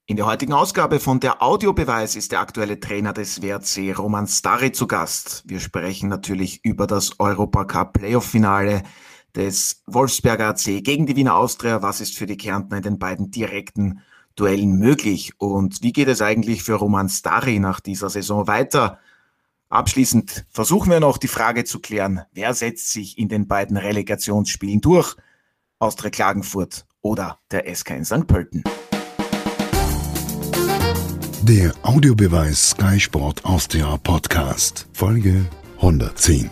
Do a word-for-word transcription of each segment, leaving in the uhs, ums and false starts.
In der heutigen Ausgabe von der Audiobeweis ist der aktuelle Trainer des W R C, Roman Stary, zu Gast. Wir sprechen natürlich über das Europacup-Playoff-Finale des Wolfsberger A C gegen die Wiener Austria. Was ist für die Kärntner in den beiden direkten Duellen möglich? Und wie geht es eigentlich für Roman Stary nach dieser Saison weiter? Abschließend versuchen wir noch die Frage zu klären, wer setzt sich in den beiden Relegationsspielen durch? Austria Klagenfurt oder der S K in Sankt Pölten? Der Audiobeweis Sky Sport Austria Podcast, Folge hundertzehn.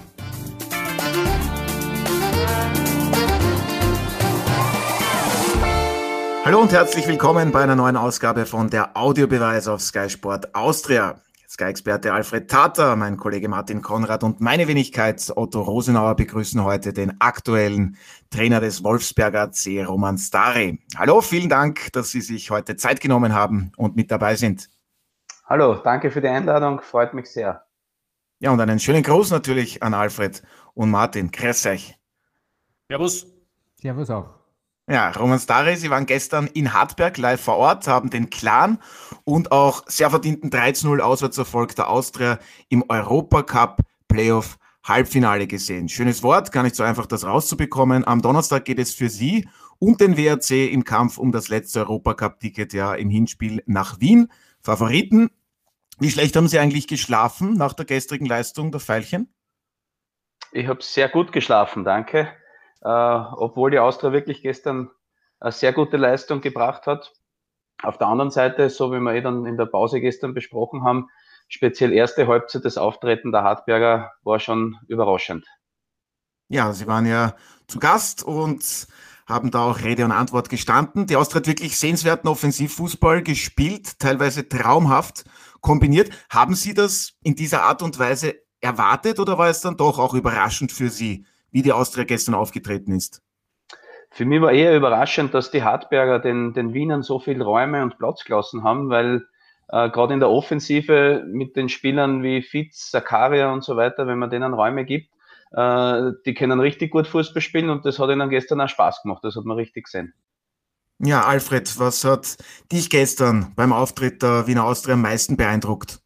Hallo und herzlich willkommen bei einer neuen Ausgabe von der Audiobeweis auf Sky Sport Austria. Sky-Experte Alfred Tater, mein Kollege Martin Konrad und meine Wenigkeit Otto Rosenauer begrüßen heute den aktuellen Trainer des Wolfsberger A C, Roman Stary. Hallo, vielen Dank, dass Sie sich heute Zeit genommen haben und mit dabei sind. Hallo, danke für die Einladung, freut mich sehr. Ja, und einen schönen Gruß natürlich an Alfred und Martin. Grüß euch. Servus. Servus auch. Ja, Roman Stary, Sie waren gestern in Hartberg live vor Ort, haben den klaren und auch sehr verdienten drei zu null Auswärtserfolg der Austria im Europacup Playoff Halbfinale gesehen. Schönes Wort, gar nicht so einfach, das rauszubekommen. Am Donnerstag geht es für Sie und den W R C im Kampf um das letzte Europacup-Ticket ja im Hinspiel nach Wien. Favoriten. Wie schlecht haben Sie eigentlich geschlafen nach der gestrigen Leistung der Veilchen? Ich habe sehr gut geschlafen, danke. Äh, obwohl die Austria wirklich gestern eine sehr gute Leistung gebracht hat. Auf der anderen Seite, so wie wir eh dann in der Pause gestern besprochen haben, speziell erste Halbzeit des Auftreten der Hartberger war schon überraschend. Ja, Sie waren ja zu Gast und haben da auch Rede und Antwort gestanden. Die Austria hat wirklich sehenswerten Offensivfußball gespielt, teilweise traumhaft kombiniert. Haben Sie das in dieser Art und Weise erwartet oder war es dann doch auch überraschend für Sie, wie die Austria gestern aufgetreten ist? Für mich war eher überraschend, dass die Hartberger den, den Wienern so viel Räume und Platz gelassen haben, weil äh, gerade in der Offensive mit den Spielern wie Fitz, Zakaria und so weiter, wenn man denen Räume gibt, äh, die können richtig gut Fußball spielen und das hat ihnen gestern auch Spaß gemacht, das hat man richtig gesehen. Ja, Alfred, was hat dich gestern beim Auftritt der Wiener Austria am meisten beeindruckt?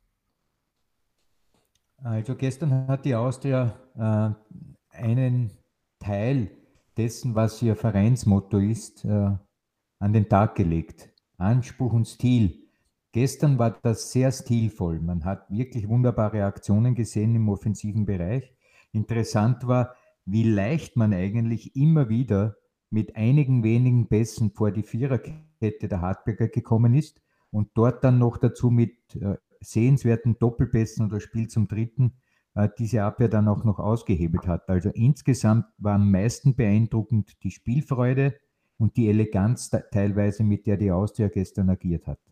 Also gestern hat die Austria äh, einen Teil dessen, was ihr Vereinsmotto ist, äh, an den Tag gelegt. Anspruch und Stil. Gestern war das sehr stilvoll. Man hat wirklich wunderbare Aktionen gesehen im offensiven Bereich. Interessant war, wie leicht man eigentlich immer wieder mit einigen wenigen Pässen vor die Viererkette der Hartberger gekommen ist und dort dann noch dazu mit äh, sehenswerten Doppelpässen oder Spiel zum Dritten äh, diese Abwehr dann auch noch ausgehebelt hat. Also insgesamt war am meisten beeindruckend die Spielfreude und die Eleganz da, teilweise, mit der die Austria gestern agiert hat.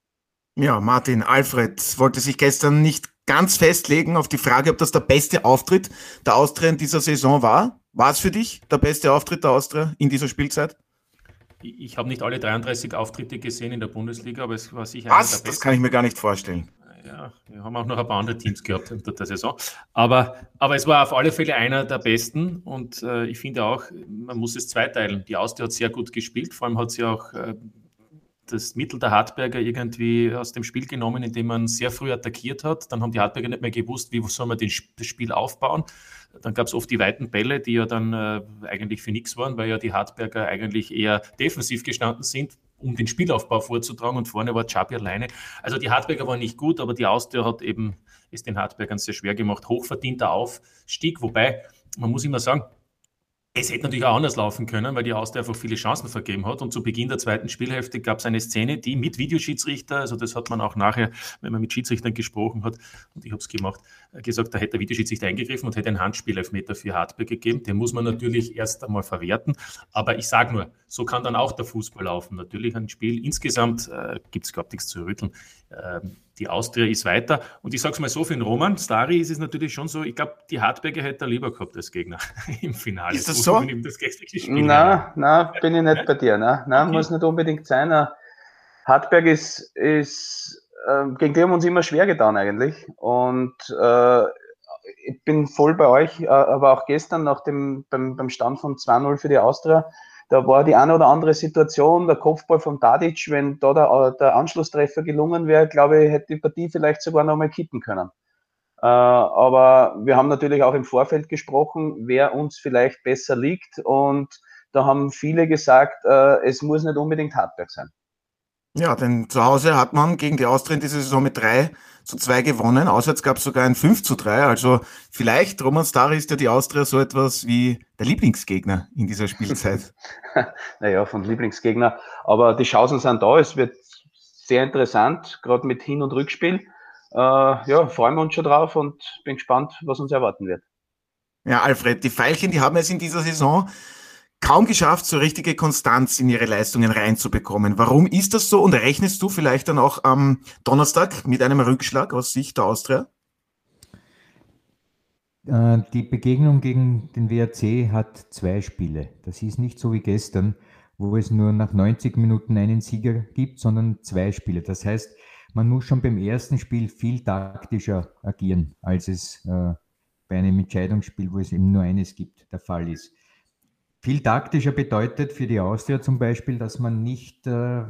Ja, Martin, Alfred wollte sich gestern nicht ganz festlegen auf die Frage, ob das der beste Auftritt der Austria in dieser Saison war. War es für dich der beste Auftritt der Austria in dieser Spielzeit? Ich, ich habe nicht alle dreiunddreißig Auftritte gesehen in der Bundesliga, aber es war sicher Was? einer der besten. Das kann ich mir gar nicht vorstellen. Ja, wir haben auch noch ein paar andere Teams gehabt unter der Saison. Aber, aber es war auf alle Fälle einer der besten und äh, ich finde auch, man muss es zweiteilen. Die Austria hat sehr gut gespielt, vor allem hat sie auch äh, das Mittel der Hartberger irgendwie aus dem Spiel genommen, indem man sehr früh attackiert hat. Dann haben die Hartberger nicht mehr gewusst, wie soll man den, das Spiel aufbauen. Dann gab es oft die weiten Bälle, die ja dann äh, eigentlich für nichts waren, weil ja die Hartberger eigentlich eher defensiv gestanden sind, um den Spielaufbau vorzutragen und vorne war Chabi alleine. Also die Hartberger waren nicht gut, aber die Austria hat eben es den Hartbergern sehr schwer gemacht. Hochverdienter Aufstieg, wobei, man muss immer sagen, es hätte natürlich auch anders laufen können, weil die Austria einfach viele Chancen vergeben hat. Und zu Beginn der zweiten Spielhälfte gab es eine Szene, die mit Videoschiedsrichter, also das hat man auch nachher, wenn man mit Schiedsrichtern gesprochen hat, und ich habe es gemacht, gesagt, da hätte der Videoschiedsrichter eingegriffen und hätte einen Handspielelfmeter für Hartberg gegeben. Den muss man natürlich erst einmal verwerten. Aber ich sage nur, so kann dann auch der Fußball laufen. Natürlich ein Spiel. Insgesamt äh, gibt es, glaube ich, nichts zu rütteln. Ähm, Die Austria ist weiter. Und ich sage es mal so, für den Roman Stary ist es natürlich schon so, ich glaube, die Hartberger hätte er lieber gehabt als Gegner im Finale. Ist das so? Nein, nein, bin ich nicht ja? bei dir. Nein, nein okay. Muss nicht unbedingt sein. Hartberg ist, ist äh, gegen die haben wir uns immer schwer getan eigentlich. Und äh, ich bin voll bei euch, äh, aber auch gestern nach dem, beim, beim Stand von zwei null für die Austria, da war die eine oder andere Situation, der Kopfball von Tadic, wenn da der, der Anschlusstreffer gelungen wäre, glaube ich, hätte die Partie vielleicht sogar noch mal kippen können. Äh, aber wir haben natürlich auch im Vorfeld gesprochen, wer uns vielleicht besser liegt, und da haben viele gesagt, äh, es muss nicht unbedingt Hartberg sein. Ja, denn zu Hause hat man gegen die Austria in dieser Saison mit drei zu zwei gewonnen. Auswärts gab es sogar ein fünf zu drei. Also vielleicht, Roman Stary, ist ja die Austria so etwas wie der Lieblingsgegner in dieser Spielzeit. Naja, von Lieblingsgegner. Aber die Chancen sind da. Es wird sehr interessant, gerade mit Hin- und Rückspiel. Äh, ja, freuen wir uns schon drauf und bin gespannt, was uns erwarten wird. Ja, Alfred, die Veilchen, die haben es in dieser Saison kaum geschafft, so richtige Konstanz in ihre Leistungen reinzubekommen. Warum ist das so, und rechnest du vielleicht dann auch am Donnerstag mit einem Rückschlag aus Sicht der Austria? Die Begegnung gegen den W R C hat zwei Spiele. Das ist nicht so wie gestern, wo es nur nach neunzig Minuten einen Sieger gibt, sondern zwei Spiele. Das heißt, man muss schon beim ersten Spiel viel taktischer agieren, als es äh, bei einem Entscheidungsspiel, wo es eben nur eines gibt, der Fall ist. Viel taktischer bedeutet für die Austria zum Beispiel, dass man nicht äh,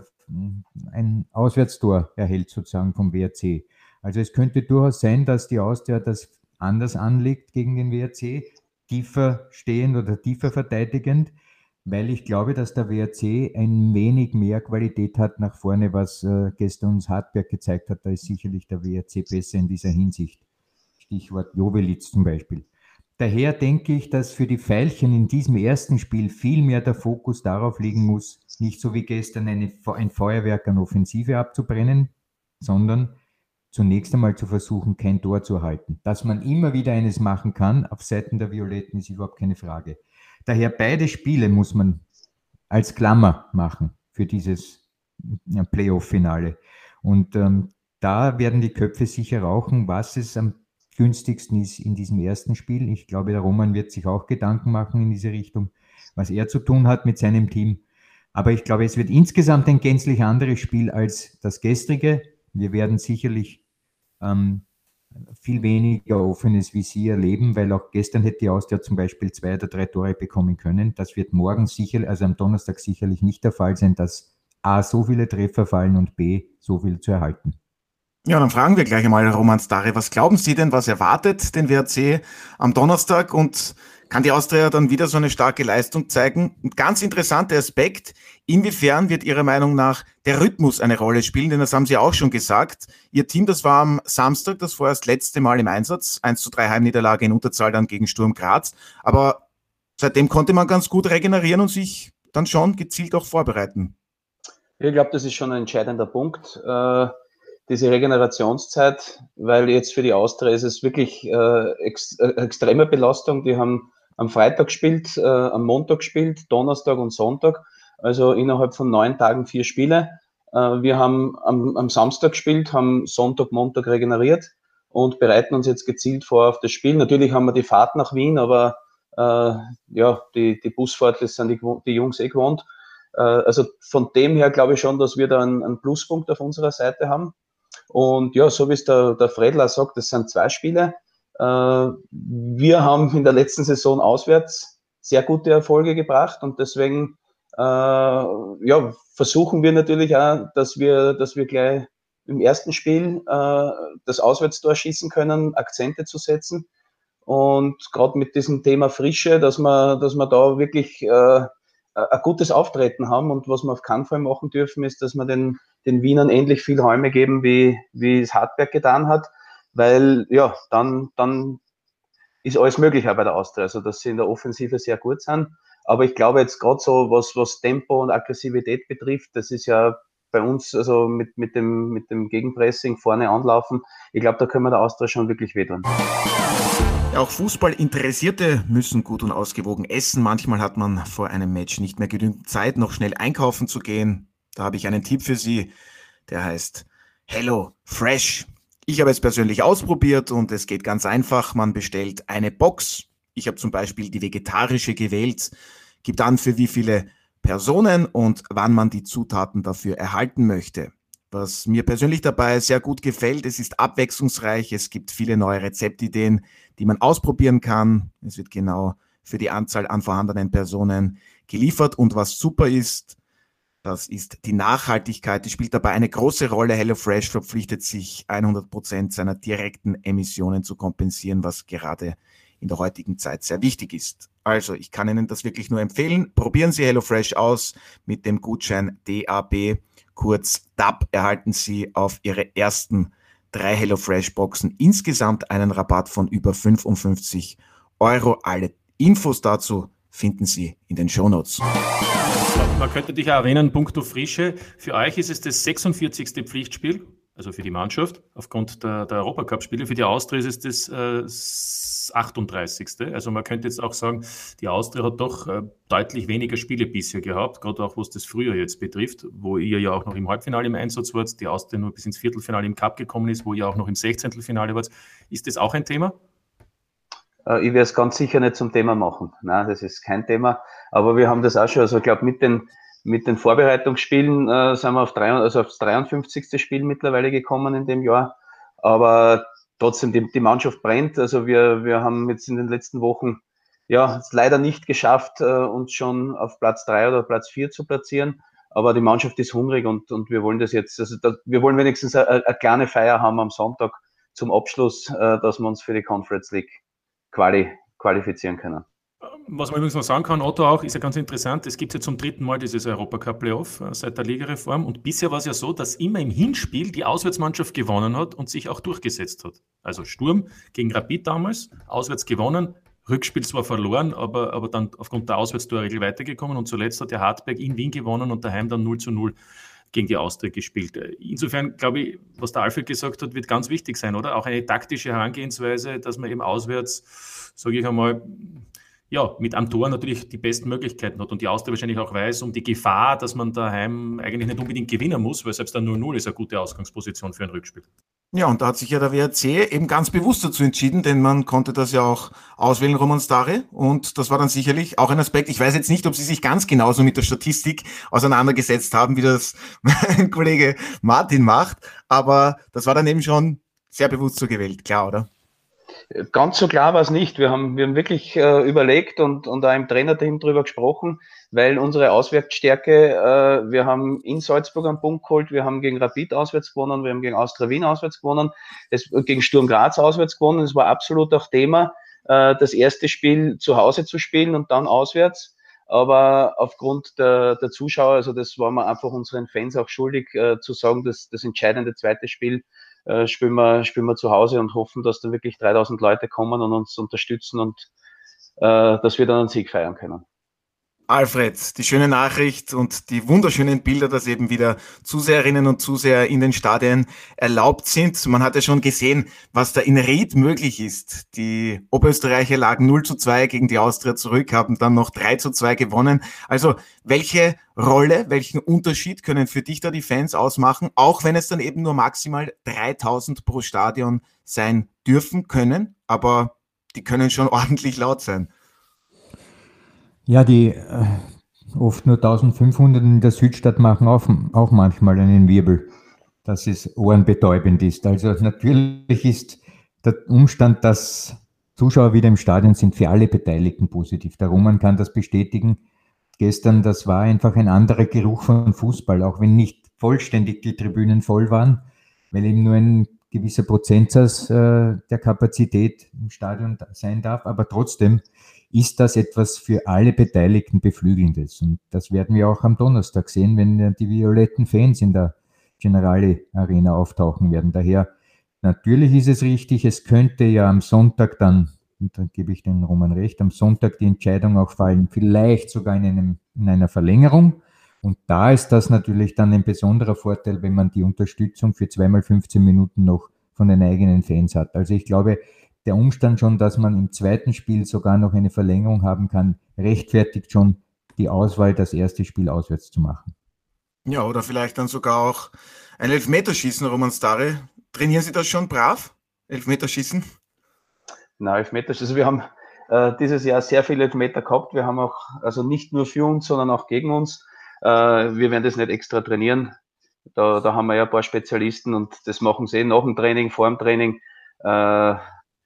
ein Auswärtstor erhält, sozusagen vom W R C. Also es könnte durchaus sein, dass die Austria das anders anlegt gegen den W R C, tiefer stehend oder tiefer verteidigend, weil ich glaube, dass der W R C ein wenig mehr Qualität hat nach vorne, was äh, gestern uns Hartberg gezeigt hat. Da ist sicherlich der W R C besser in dieser Hinsicht. Stichwort Jovelitz zum Beispiel. Daher denke ich, dass für die Veilchen in diesem ersten Spiel viel mehr der Fokus darauf liegen muss, nicht so wie gestern eine, ein Feuerwerk an Offensive abzubrennen, sondern zunächst einmal zu versuchen, kein Tor zu erhalten. Dass man immer wieder eines machen kann, auf Seiten der Violetten, ist überhaupt keine Frage. Daher beide Spiele muss man als Klammer machen für dieses ja, Playoff-Finale. Und ähm, da werden die Köpfe sicher rauchen, was es am günstigsten ist in diesem ersten Spiel. Ich glaube, der Roman wird sich auch Gedanken machen in diese Richtung, was er zu tun hat mit seinem Team. Aber ich glaube, es wird insgesamt ein gänzlich anderes Spiel als das gestrige. Wir werden sicherlich ähm, viel weniger offenes Visier erleben, weil auch gestern hätte die Austria zum Beispiel zwei oder drei Tore bekommen können. Das wird morgen sicher, also am Donnerstag sicherlich nicht der Fall sein, dass A, so viele Treffer fallen und B, so viel zu erhalten. Ja, dann fragen wir gleich einmal Roman Stary, was glauben Sie denn, was erwartet den W R C am Donnerstag, und kann die Austria dann wieder so eine starke Leistung zeigen? Ein ganz interessanter Aspekt, inwiefern wird Ihrer Meinung nach der Rhythmus eine Rolle spielen, denn das haben Sie auch schon gesagt. Ihr Team, das war am Samstag das vorerst letzte Mal im Einsatz, eins zu drei Heimniederlage in Unterzahl dann gegen Sturm Graz, aber seitdem konnte man ganz gut regenerieren und sich dann schon gezielt auch vorbereiten. Ich glaube, das ist schon ein entscheidender Punkt. Äh diese Regenerationszeit, weil jetzt für die Austria ist es wirklich äh, ex, äh, extreme Belastung. Die haben am Freitag gespielt, äh, am Montag gespielt, Donnerstag und Sonntag, also innerhalb von neun Tagen vier Spiele. Äh, wir haben am, am Samstag gespielt, haben Sonntag, Montag regeneriert und bereiten uns jetzt gezielt vor auf das Spiel. Natürlich haben wir die Fahrt nach Wien, aber äh, ja, die, die Busfahrt, das sind die, die Jungs eh gewohnt. Äh, also von dem her glaube ich schon, dass wir da einen, einen Pluspunkt auf unserer Seite haben. Und ja, so wie es der, der Fredler sagt, das sind zwei Spiele. Äh, wir haben in der letzten Saison auswärts sehr gute Erfolge gebracht und deswegen äh, ja, versuchen wir natürlich auch, dass wir, dass wir gleich im ersten Spiel äh, das Auswärtstor schießen können, Akzente zu setzen. Und gerade mit diesem Thema Frische, dass wir, dass wir da wirklich äh, ein gutes Auftreten haben, und was wir auf keinen Fall machen dürfen, ist, dass wir den, den Wienern ähnlich viel Räume geben, wie, wie es Hartberg getan hat, weil ja, dann, dann ist alles möglich auch bei der Austria, also dass sie in der Offensive sehr gut sind, aber ich glaube jetzt gerade so, was, was Tempo und Aggressivität betrifft, das ist ja bei uns, also mit, mit, dem, mit dem Gegenpressing vorne anlaufen, ich glaube, da können wir der Austria schon wirklich wehtun. Ja, auch Fußballinteressierte müssen gut und ausgewogen essen. Manchmal hat man vor einem Match nicht mehr genügend Zeit, noch schnell einkaufen zu gehen. Da habe ich einen Tipp für Sie, der heißt Hello Fresh. Ich habe es persönlich ausprobiert und es geht ganz einfach. Man bestellt eine Box. Ich habe zum Beispiel die vegetarische gewählt, gibt an, für wie viele Personen und wann man die Zutaten dafür erhalten möchte. Was mir persönlich dabei sehr gut gefällt, es ist abwechslungsreich, es gibt viele neue Rezeptideen, die man ausprobieren kann. Es wird genau für die Anzahl an vorhandenen Personen geliefert. Und was super ist, das ist die Nachhaltigkeit. Die spielt dabei eine große Rolle. HelloFresh verpflichtet sich, hundert Prozent seiner direkten Emissionen zu kompensieren, was gerade in der heutigen Zeit sehr wichtig ist. Also, ich kann Ihnen das wirklich nur empfehlen. Probieren Sie HelloFresh aus. Mit dem Gutschein D A B, kurz D A B, erhalten Sie auf Ihre ersten drei HelloFresh-Boxen insgesamt einen Rabatt von über fünfundfünfzig Euro. Alle Infos dazu finden Sie in den Shownotes. Man könnte dich auch erwähnen, punkto Frische. Für euch ist es das sechsundvierzigste Pflichtspiel, also für die Mannschaft, aufgrund der, der Europacup-Spiele. Für die Austria ist es das äh, achtunddreißigste. Also man könnte jetzt auch sagen, die Austria hat doch äh, deutlich weniger Spiele bisher gehabt, gerade auch was das Frühjahr jetzt betrifft, wo ihr ja auch noch im Halbfinale im Einsatz wart, die Austria nur bis ins Viertelfinale im Cup gekommen ist, wo ihr auch noch im Sechzehntelfinale wart. Ist das auch ein Thema? Ich werde es ganz sicher nicht zum Thema machen. Nein, das ist kein Thema. Aber wir haben das auch schon, also ich glaube, mit den, mit den Vorbereitungsspielen äh, sind wir auf, drei, also aufs dreiundfünfzigste Spiel mittlerweile gekommen in dem Jahr. Aber trotzdem, die, die Mannschaft brennt. Also wir, wir haben jetzt in den letzten Wochen ja es leider nicht geschafft, äh, uns schon auf Platz drei oder Platz vier zu platzieren. Aber die Mannschaft ist hungrig und, und wir wollen das jetzt, also da, wir wollen wenigstens eine, eine kleine Feier haben am Sonntag zum Abschluss, äh, dass wir uns für die Conference League Quali, qualifizieren können. Was man übrigens noch sagen kann, Otto auch, ist ja ganz interessant, es gibt ja zum dritten Mal dieses Europacup-Playoff äh, seit der Ligareform und bisher war es ja so, dass immer im Hinspiel die Auswärtsmannschaft gewonnen hat und sich auch durchgesetzt hat. Also Sturm gegen Rapid damals, auswärts gewonnen, Rückspiel zwar verloren, aber, aber dann aufgrund der Auswärtstorregel weitergekommen und zuletzt hat der Hartberg in Wien gewonnen und daheim dann null zu null gegen die Austria gespielt. Insofern glaube ich, was der Alfred gesagt hat, wird ganz wichtig sein, oder? Auch eine taktische Herangehensweise, dass man eben auswärts, sage ich einmal, ja, mit am Tor natürlich die besten Möglichkeiten hat und die Austria wahrscheinlich auch weiß um die Gefahr, dass man daheim eigentlich nicht unbedingt gewinnen muss, weil selbst ein null null ist eine gute Ausgangsposition für ein Rückspiel. Ja, und da hat sich ja der W R C eben ganz bewusst dazu entschieden, denn man konnte das ja auch auswählen, Roman Stare, und das war dann sicherlich auch ein Aspekt. Ich weiß jetzt nicht, ob Sie sich ganz genauso mit der Statistik auseinandergesetzt haben, wie das mein Kollege Martin macht, aber das war dann eben schon sehr bewusst so gewählt, klar, oder? Ganz so klar war es nicht. Wir haben, wir haben wirklich äh, überlegt und, und auch im Trainerteam drüber gesprochen, weil unsere Auswärtsstärke, äh, wir haben in Salzburg einen Punkt geholt, wir haben gegen Rapid auswärts gewonnen, wir haben gegen Austria Wien auswärts gewonnen, es, gegen Sturm Graz auswärts gewonnen. Es war absolut auch Thema, äh, das erste Spiel zu Hause zu spielen und dann auswärts. Aber aufgrund der, der Zuschauer, also das war man einfach unseren Fans auch schuldig, äh, zu sagen, dass das entscheidende zweite Spiel äh, spielen, wir, spielen wir zu Hause und hoffen, dass dann wirklich dreitausend Leute kommen und uns unterstützen und äh, dass wir dann einen Sieg feiern können. Alfred, die schöne Nachricht und die wunderschönen Bilder, dass eben wieder Zuseherinnen und Zuseher in den Stadien erlaubt sind. Man hat ja schon gesehen, was da in Ried möglich ist. Die Oberösterreicher lagen null zu zwei gegen die Austria zurück, haben dann noch drei zu zwei gewonnen. Also welche Rolle, welchen Unterschied können für dich da die Fans ausmachen, auch wenn es dann eben nur maximal dreitausend pro Stadion sein dürfen können, aber die können schon ordentlich laut sein. Ja, die äh, oft nur eintausendfünfhundert in der Südstadt machen auch, auch manchmal einen Wirbel, dass es ohrenbetäubend ist. Also natürlich ist der Umstand, dass Zuschauer wieder im Stadion sind, für alle Beteiligten positiv. Der Roman kann das bestätigen. Gestern, das war einfach ein anderer Geruch von Fußball, auch wenn nicht vollständig die Tribünen voll waren, weil eben nur ein gewisser Prozentsatz äh, der Kapazität im Stadion sein darf, aber trotzdem ist das etwas für alle Beteiligten Beflügelndes. Und das werden wir auch am Donnerstag sehen, wenn die violetten Fans in der Generali Arena auftauchen werden. Daher, natürlich ist es richtig, es könnte ja am Sonntag dann, und dann gebe ich den Roman recht, am Sonntag die Entscheidung auch fallen, vielleicht sogar in, einem, in einer Verlängerung. Und da ist das natürlich dann ein besonderer Vorteil, wenn man die Unterstützung für zweimal fünfzehn Minuten noch von den eigenen Fans hat. Also ich glaube, der Umstand schon, dass man im zweiten Spiel sogar noch eine Verlängerung haben kann, rechtfertigt schon die Auswahl, das erste Spiel auswärts zu machen. Ja, oder vielleicht dann sogar auch ein Elfmeterschießen, Roman Stare. Trainieren Sie das schon brav? Elfmeterschießen? Nein, Elfmeterschießen. Also wir haben äh, dieses Jahr sehr viele Elfmeter gehabt. Wir haben auch, also nicht nur für uns, sondern auch gegen uns. Äh, wir werden das nicht extra trainieren. Da, da haben wir ja ein paar Spezialisten und das machen sie nach dem Training, vor dem Training. Äh,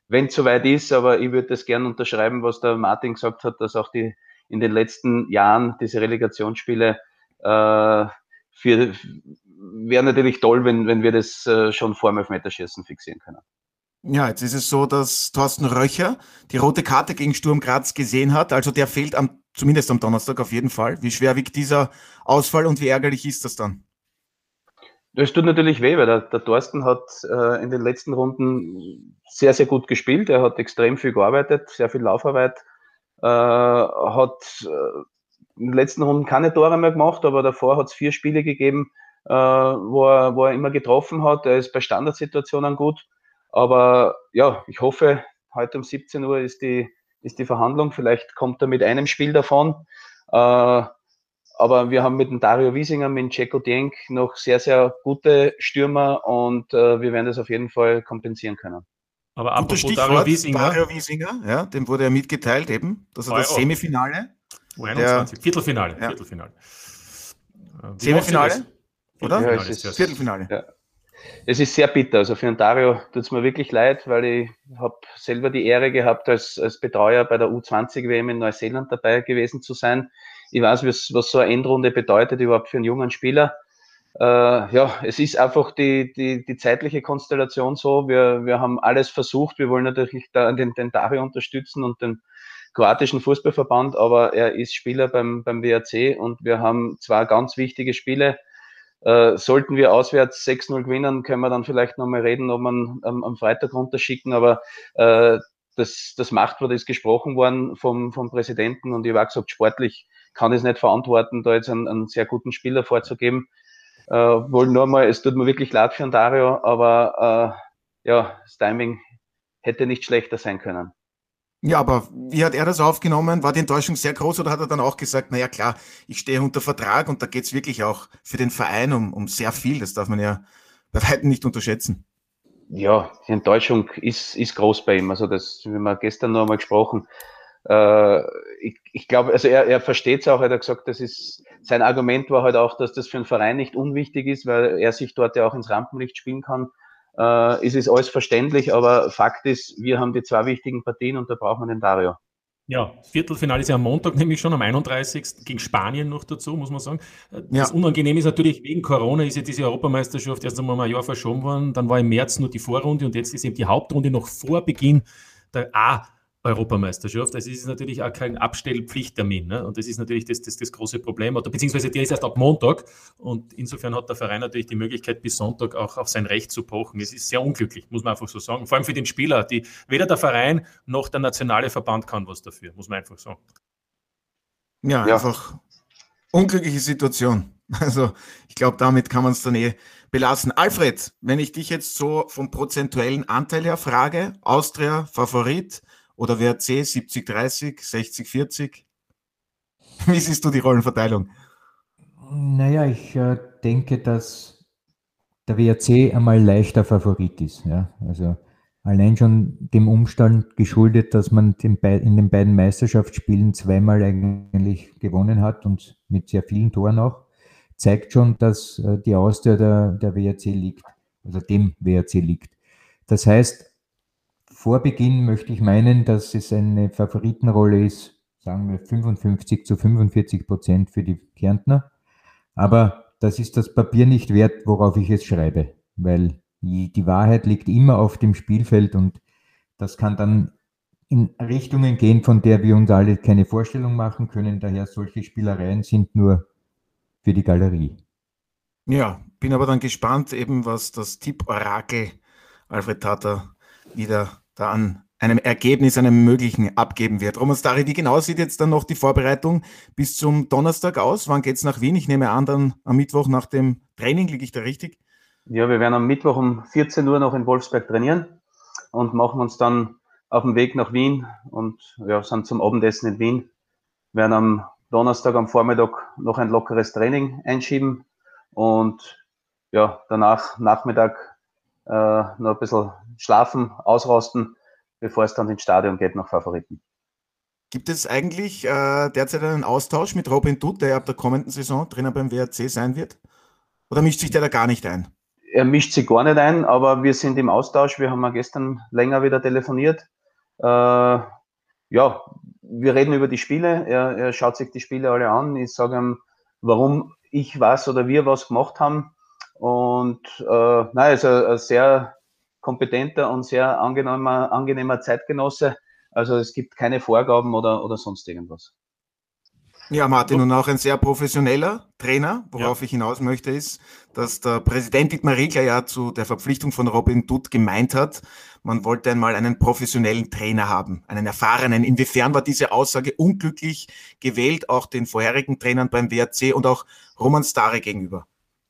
wenn es soweit ist, aber ich würde das gerne unterschreiben, was der Martin gesagt hat, dass auch die in den letzten Jahren diese Relegationsspiele äh, für wäre natürlich toll, wenn, wenn wir das äh, schon vor dem Elfmeterschießen fixieren können. Ja, jetzt ist es so, dass Thorsten Röcher die rote Karte gegen Sturm Graz gesehen hat. Also der fehlt am, zumindest am Donnerstag auf jeden Fall. Wie schwer wiegt dieser Ausfall und wie ärgerlich ist das dann? Das tut natürlich weh, weil der, der Thorsten hat äh, in den letzten Runden sehr, sehr gut gespielt. Er hat extrem viel gearbeitet, sehr viel Laufarbeit, äh, hat äh, in den letzten Runden keine Tore mehr gemacht, aber davor hat es vier Spiele gegeben, äh, wo, er, wo er immer getroffen hat. Er ist bei Standardsituationen gut. Aber ja, ich hoffe, heute um siebzehn Uhr ist die, ist die Verhandlung. Vielleicht kommt er mit einem Spiel davon. Äh, aber wir haben mit dem Dario Wiesinger, mit dem Ceko Dienk noch sehr, sehr gute Stürmer und äh, wir werden das auf jeden Fall kompensieren können. Aber Gutes apropos Stichwort, Dario Wiesinger, Dario Wiesinger, ja, dem wurde ja mitgeteilt eben, dass er das Euro. Semifinale, U einundzwanzig, der, Viertelfinale, ja. Viertelfinale. Wie Semifinale, oder? Ja, Ja, es ist, Viertelfinale. Ja. Es ist sehr bitter. Also für den Dario tut es mir wirklich leid, weil ich habe selber die Ehre gehabt, als, als Betreuer bei der U zwanzig W M in Neuseeland dabei gewesen zu sein. Ich weiß, was, was so eine Endrunde bedeutet überhaupt für einen jungen Spieler. Äh, ja, es ist einfach die, die, die zeitliche Konstellation so. Wir, wir haben alles versucht. Wir wollen natürlich da den, den Dario unterstützen und den kroatischen Fußballverband, aber er ist Spieler beim, beim W R C und wir haben zwei ganz wichtige Spiele. Äh, sollten wir auswärts sechs null gewinnen, können wir dann vielleicht nochmal reden, ob wir ihn am, am Freitag runterschicken, aber äh, das, das Machtwort ist gesprochen worden vom, vom Präsidenten und ich habe auch gesagt, sportlich kann ich es nicht verantworten, da jetzt einen, einen sehr guten Spieler vorzugeben. Äh, wollen nur mal, es tut mir wirklich leid für den Dario, aber äh, ja, das Timing hätte nicht schlechter sein können. Ja, aber wie hat er das aufgenommen? War die Enttäuschung sehr groß oder hat er dann auch gesagt, naja klar, ich stehe unter Vertrag und da geht's wirklich auch für den Verein um, um sehr viel, das darf man ja bei weitem nicht unterschätzen. Ja, die Enttäuschung ist, ist groß bei ihm. Also das, wie wir gestern noch einmal gesprochen, äh, ich, ich glaube, also er, er versteht es auch, er hat gesagt, das ist, sein Argument war halt auch, dass das für den Verein nicht unwichtig ist, weil er sich dort ja auch ins Rampenlicht spielen kann. Äh, es ist alles verständlich, aber Fakt ist, wir haben die zwei wichtigen Partien und da brauchen wir den Dario. Ja, Viertelfinale ist ja am Montag, nämlich schon am einunddreißigsten gegen Spanien noch dazu, muss man sagen. Ja. Das Unangenehme ist natürlich, wegen Corona ist ja diese Europameisterschaft erst einmal ein Jahr verschoben worden. Dann war im März nur die Vorrunde und jetzt ist eben die Hauptrunde noch vor Beginn der A-Europameisterschaft. Also es ist natürlich auch kein Abstellpflichttermin. Ne? Und das ist natürlich das, das, das große Problem. Oder, beziehungsweise der ist erst ab Montag. Und insofern hat der Verein natürlich die Möglichkeit, bis Sonntag auch auf sein Recht zu pochen. Es ist sehr unglücklich, muss man einfach so sagen. Vor allem für den Spieler. Die, weder der Verein noch der nationale Verband kann was dafür, muss man einfach sagen. Ja, Ja. einfach unglückliche Situation. Also ich glaube, damit kann man es dann eh belassen. Alfred, wenn ich dich jetzt so vom prozentuellen Anteil her frage, Austria Favorit oder W R C siebzig dreißig, sechzig vierzig? Wie siehst du die Rollenverteilung? Naja, ich äh, denke, dass der W R C einmal leichter Favorit ist. Ja? Also allein schon dem Umstand geschuldet, dass man den Be- in den beiden Meisterschaftsspielen zweimal eigentlich gewonnen hat und mit sehr vielen Toren auch, zeigt schon, dass äh, die Austria der, der W R C liegt, also dem W R C liegt. Das heißt, vor Beginn möchte ich meinen, dass es eine Favoritenrolle ist, sagen wir fünfundfünfzig zu fünfundvierzig Prozent für die Kärntner. Aber das ist das Papier nicht wert, worauf ich es schreibe, weil die, die Wahrheit liegt immer auf dem Spielfeld und das kann dann in Richtungen gehen, von der wir uns alle keine Vorstellung machen können. Daher solche Spielereien sind nur für die Galerie. Ja, bin aber dann gespannt, eben was das Tipp-Orakel Alfred Tatar wieder da an einem Ergebnis, einem möglichen abgeben wird. Roman Stary, wie genau sieht jetzt dann noch die Vorbereitung bis zum Donnerstag aus? Wann geht's nach Wien? Ich nehme an, dann am Mittwoch nach dem Training, liege ich da richtig? Ja, wir werden am Mittwoch um vierzehn Uhr noch in Wolfsberg trainieren und machen uns dann auf den Weg nach Wien und ja, sind zum Abendessen in Wien. Werden am Donnerstag am Vormittag noch ein lockeres Training einschieben und ja, danach Nachmittag äh, noch ein bisschen schlafen, ausrasten, bevor es dann ins Stadion geht nach Favoriten. Gibt es eigentlich äh, derzeit einen Austausch mit Robin Dutt, der ab der kommenden Saison Trainer beim W R C sein wird? Oder mischt sich der da gar nicht ein? er mischt sich gar nicht ein, aber wir sind im Austausch. Wir haben ja gestern länger wieder telefoniert. Äh, ja, wir reden über die Spiele. Er, er schaut sich die Spiele alle an. Ich sage ihm, warum ich was oder wir was gemacht haben. Und äh, nein, er ist ein, ein sehr kompetenter und sehr angenehmer, angenehmer Zeitgenosse. Also es gibt keine Vorgaben oder, oder sonst irgendwas. Ja, Martin, und auch ein sehr professioneller Trainer. Worauf Ja. ich hinaus möchte, ist, dass der Präsident Dietmar Riegler ja zu der Verpflichtung von Robin Dutt gemeint hat, man wollte einmal einen professionellen Trainer haben, einen erfahrenen. Inwiefern war diese Aussage unglücklich gewählt, auch den vorherigen Trainern beim W R C und auch Roman Stare gegenüber?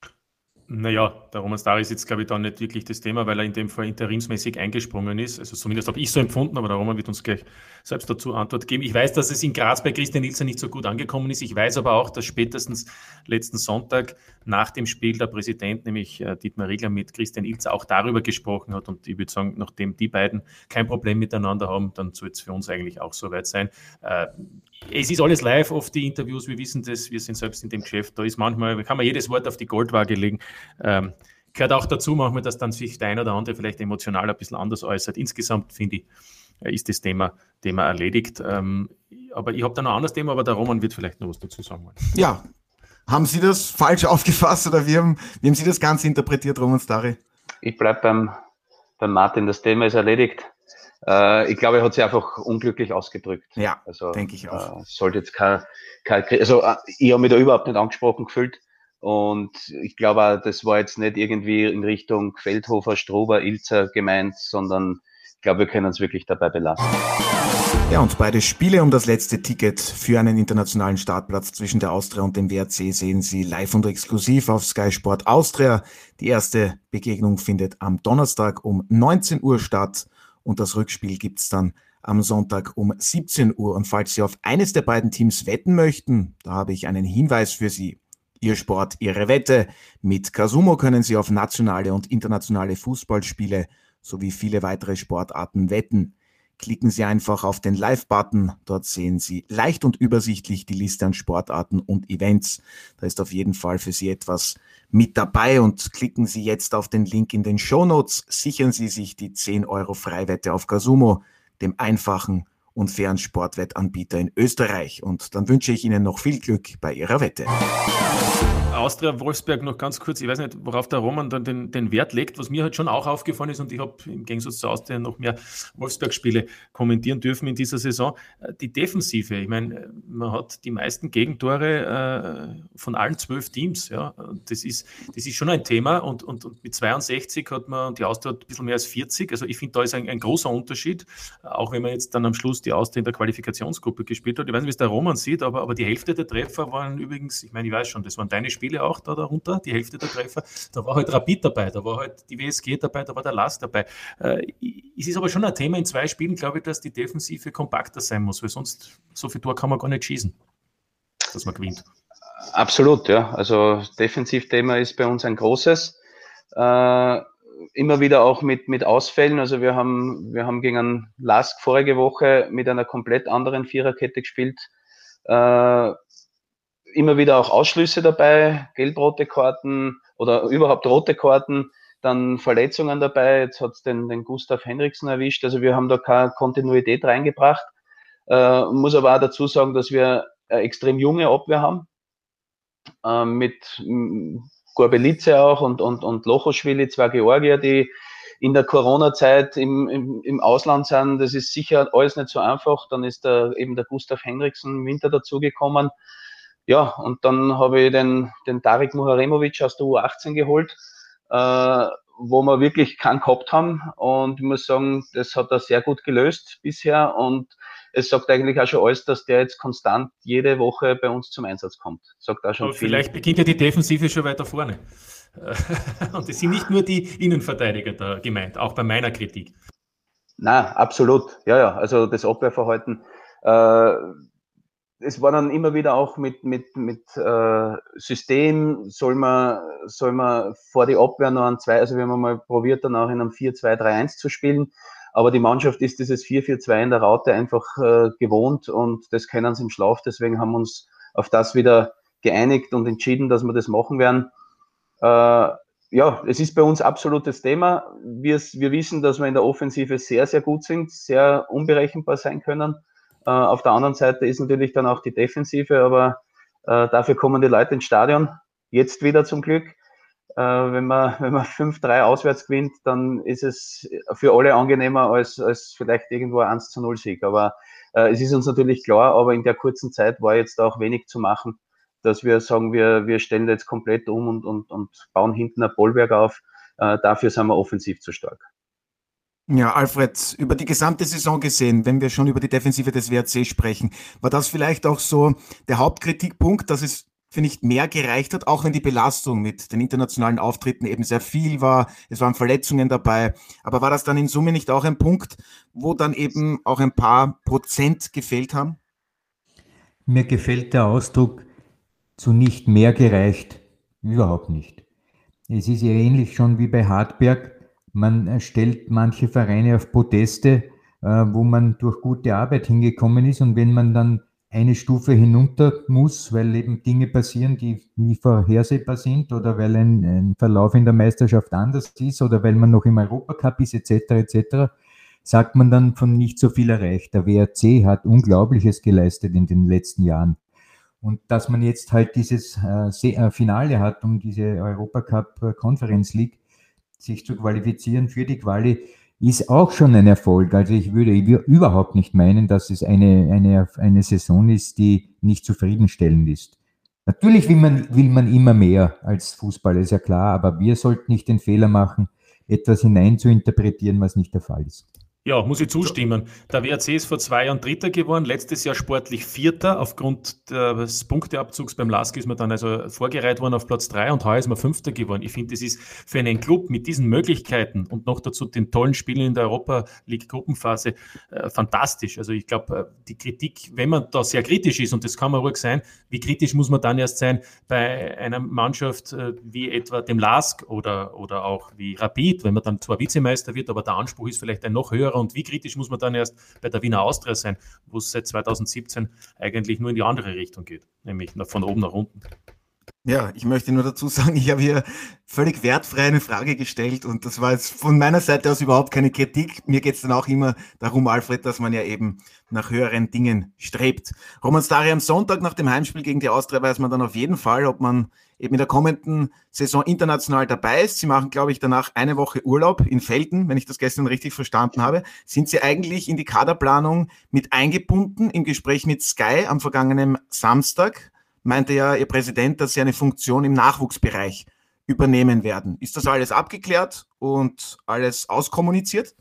Naja, der Roman Stare ist jetzt, glaube ich, da nicht wirklich das Thema, weil er in dem Fall interimsmäßig eingesprungen ist. Also zumindest habe ich so empfunden, aber der Roman wird uns gleich selbst dazu Antwort geben. Ich weiß, dass es in Graz bei Christian Ilzer nicht so gut angekommen ist. Ich weiß aber auch, dass spätestens letzten Sonntag nach dem Spiel der Präsident, nämlich äh, Dietmar Riegler, mit Christian Ilzer auch darüber gesprochen hat. Und ich würde sagen, nachdem die beiden kein Problem miteinander haben, dann soll es für uns eigentlich auch soweit sein. Äh, es ist alles live, oft die Interviews, wir wissen das, wir sind selbst in dem Geschäft. Da ist manchmal, kann man jedes Wort auf die Goldwaage legen. Ähm, gehört auch dazu manchmal, dass dann sich der ein oder andere vielleicht emotional ein bisschen anders äußert. Insgesamt, finde ich, ist das Thema, Thema erledigt. Ähm, aber ich habe da noch ein anderes Thema, aber der Roman wird vielleicht noch was dazu sagen wollen. Ja, haben Sie das falsch aufgefasst oder wie haben, wie haben Sie das Ganze interpretiert, Roman Stare? Ich bleibe beim, beim Martin, das Thema ist erledigt. Äh, ich glaube, er hat sich einfach unglücklich ausgedrückt. Ja, also, denke ich auch. Äh, sollte jetzt kein, kein, also äh, ich habe mich da überhaupt nicht angesprochen gefühlt. Und ich glaube auch, das war jetzt nicht irgendwie in Richtung Feldhofer, Strober, Ilzer gemeint, sondern ich glaube, wir können uns wirklich dabei belassen. Ja, und beide Spiele um das letzte Ticket für einen internationalen Startplatz zwischen der Austria und dem W R C sehen Sie live und exklusiv auf Sky Sport Austria. Die erste Begegnung findet am Donnerstag um neunzehn Uhr statt und das Rückspiel gibt's dann am Sonntag um siebzehn Uhr. Und falls Sie auf eines der beiden Teams wetten möchten, da habe ich einen Hinweis für Sie. Ihr Sport, Ihre Wette. Mit Casumo können Sie auf nationale und internationale Fußballspiele sowie viele weitere Sportarten wetten. Klicken Sie einfach auf den Live-Button. Dort sehen Sie leicht und übersichtlich die Liste an Sportarten und Events. Da ist auf jeden Fall für Sie etwas mit dabei und klicken Sie jetzt auf den Link in den Shownotes. Sichern Sie sich die zehn Euro Freiwette auf Casumo, dem einfachen und fairen Sportwettanbieter in Österreich. Und dann wünsche ich Ihnen noch viel Glück bei Ihrer Wette. Austria Wolfsberg noch ganz kurz, ich weiß nicht, worauf der Roman dann den, den Wert legt, was mir halt schon auch aufgefallen ist und ich habe im Gegensatz zu Austria noch mehr Wolfsberg-Spiele kommentieren dürfen in dieser Saison. Die Defensive, ich meine, man hat die meisten Gegentore äh, von allen zwölf Teams, ja, das ist, das ist schon ein Thema und, und, und mit zweiundsechzig hat man, die Austria hat ein bisschen mehr als vierzig, also ich finde, da ist ein, ein großer Unterschied, auch wenn man jetzt dann am Schluss die Austria in der Qualifikationsgruppe gespielt hat. Ich weiß nicht, wie es der Roman sieht, aber, aber die Hälfte der Treffer waren übrigens, ich meine, ich weiß schon, das waren deine Spiele auch da darunter, die Hälfte der Treffer, da war halt Rapid dabei, da war halt die W S G dabei, da war der Lask dabei. Äh, es ist aber schon ein Thema in zwei Spielen, glaube ich, dass die Defensive kompakter sein muss, weil sonst so viel Tor kann man gar nicht schießen, dass man gewinnt. Absolut, ja. Also Defensivthema ist bei uns ein großes. Äh, immer wieder auch mit, mit Ausfällen. Also wir haben, wir haben gegen einen Lask vorige Woche mit einer komplett anderen Viererkette gespielt. Äh, immer wieder auch Ausschlüsse dabei, gelb-rote Karten oder überhaupt rote Karten, dann Verletzungen dabei. Jetzt hat es den, den Gustav Henriksen erwischt. Also wir haben da keine Kontinuität reingebracht. Äh, muss aber auch dazu sagen, dass wir eine extrem junge Abwehr haben. Äh, mit Gorbelice auch und, und, und Lochoschwili, zwei Georgier, die in der Corona-Zeit im, im, im Ausland sind. Das ist sicher alles nicht so einfach. Dann ist der, eben der Gustav Henriksen im Winter dazugekommen. Ja, und dann habe ich den, den Tarik Muharemovic aus der U achtzehn geholt, äh, wo wir wirklich keinen gehabt haben. Und ich muss sagen, das hat er sehr gut gelöst bisher. Und es sagt eigentlich auch schon alles, dass der jetzt konstant jede Woche bei uns zum Einsatz kommt. Sagt auch schon Aber viel. Vielleicht beginnt ja die Defensive schon weiter vorne. Und es sind nicht nur die Innenverteidiger da gemeint, auch bei meiner Kritik. Nein, absolut. Ja, ja, also das Abwehrverhalten. Äh, es war dann immer wieder auch mit, mit, mit äh, System, soll man, soll man vor die Abwehr noch an zwei, also wir haben mal probiert, dann auch in einem vier zwei drei eins zu spielen, aber die Mannschaft ist dieses vier vier zwei in der Raute einfach äh, gewohnt und das kennen sie im Schlaf, deswegen haben wir uns auf das wieder geeinigt und entschieden, dass wir das machen werden. Äh, ja, es ist bei uns absolutes Thema. Wir, wir wissen, dass wir in der Offensive sehr, sehr gut sind, sehr unberechenbar sein können. Äh, auf der anderen Seite ist natürlich dann auch die Defensive, aber äh, dafür kommen die Leute ins Stadion, jetzt wieder zum Glück. Äh, wenn man, wenn man fünf drei auswärts gewinnt, dann ist es für alle angenehmer als, als vielleicht irgendwo ein eins zu null Sieg. Aber äh, es ist uns natürlich klar, aber in der kurzen Zeit war jetzt auch wenig zu machen, dass wir sagen, wir, wir stellen jetzt komplett um und, und, und bauen hinten ein Bollwerk auf. Äh, dafür sind wir offensiv zu stark. Ja, Alfred, über die gesamte Saison gesehen, wenn wir schon über die Defensive des W R C sprechen, war das vielleicht auch so der Hauptkritikpunkt, dass es für nicht mehr gereicht hat, auch wenn die Belastung mit den internationalen Auftritten eben sehr viel war, es waren Verletzungen dabei, aber war das dann in Summe nicht auch ein Punkt, wo dann eben auch ein paar Prozent gefehlt haben? Mir gefällt der Ausdruck zu nicht mehr gereicht überhaupt nicht. Es ist ja ähnlich schon wie bei Hartberg. Man stellt manche Vereine auf Podeste, wo man durch gute Arbeit hingekommen ist, und wenn man dann eine Stufe hinunter muss, weil eben Dinge passieren, die nie vorhersehbar sind, oder weil ein, ein Verlauf in der Meisterschaft anders ist, oder weil man noch im Europacup ist, et cetera et cetera, sagt man dann von nicht so viel erreicht. Der W R C hat Unglaubliches geleistet in den letzten Jahren. Und dass man jetzt halt dieses äh, Finale hat, um diese Europacup Conference League sich zu qualifizieren für die Quali, ist auch schon ein Erfolg. Also ich würde überhaupt nicht meinen, dass es eine, eine, eine Saison ist, die nicht zufriedenstellend ist. Natürlich will man, will man immer mehr als Fußballer, ist ja klar, aber wir sollten nicht den Fehler machen, etwas hinein zu interpretieren, was nicht der Fall ist. Ja, muss ich zustimmen. Der W R C ist vor zwei Jahren Dritter geworden, letztes Jahr sportlich Vierter. Aufgrund des Punkteabzugs beim L A S K ist man dann also vorgereiht worden auf Platz drei, und heuer ist man Fünfter geworden. Ich finde, das ist für einen Club mit diesen Möglichkeiten und noch dazu den tollen Spielen in der Europa League Gruppenphase äh, fantastisch. Also ich glaube, die Kritik, wenn man da sehr kritisch ist, und das kann man ruhig sein, wie kritisch muss man dann erst sein bei einer Mannschaft äh, wie etwa dem L A S K oder, oder auch wie Rapid, wenn man dann zwar Vizemeister wird, aber der Anspruch ist vielleicht ein noch höherer. Und wie kritisch muss man dann erst bei der Wiener Austria sein, wo es seit zweitausendsiebzehn eigentlich nur in die andere Richtung geht, nämlich von oben nach unten. Ja, ich möchte nur dazu sagen, ich habe hier völlig wertfrei eine Frage gestellt, und das war jetzt von meiner Seite aus überhaupt keine Kritik. Mir geht es dann auch immer darum, Alfred, dass man ja eben nach höheren Dingen strebt. Roman Stary, am Sonntag nach dem Heimspiel gegen die Austria weiß man dann auf jeden Fall, ob man eben in der kommenden Saison international dabei ist. Sie machen, glaube ich, danach eine Woche Urlaub in Velden, wenn ich das gestern richtig verstanden habe. Sind Sie eigentlich in die Kaderplanung mit eingebunden? Im Gespräch mit Sky am vergangenen Samstag meinte ja Ihr Präsident, dass Sie eine Funktion im Nachwuchsbereich übernehmen werden. Ist das alles abgeklärt und alles auskommuniziert?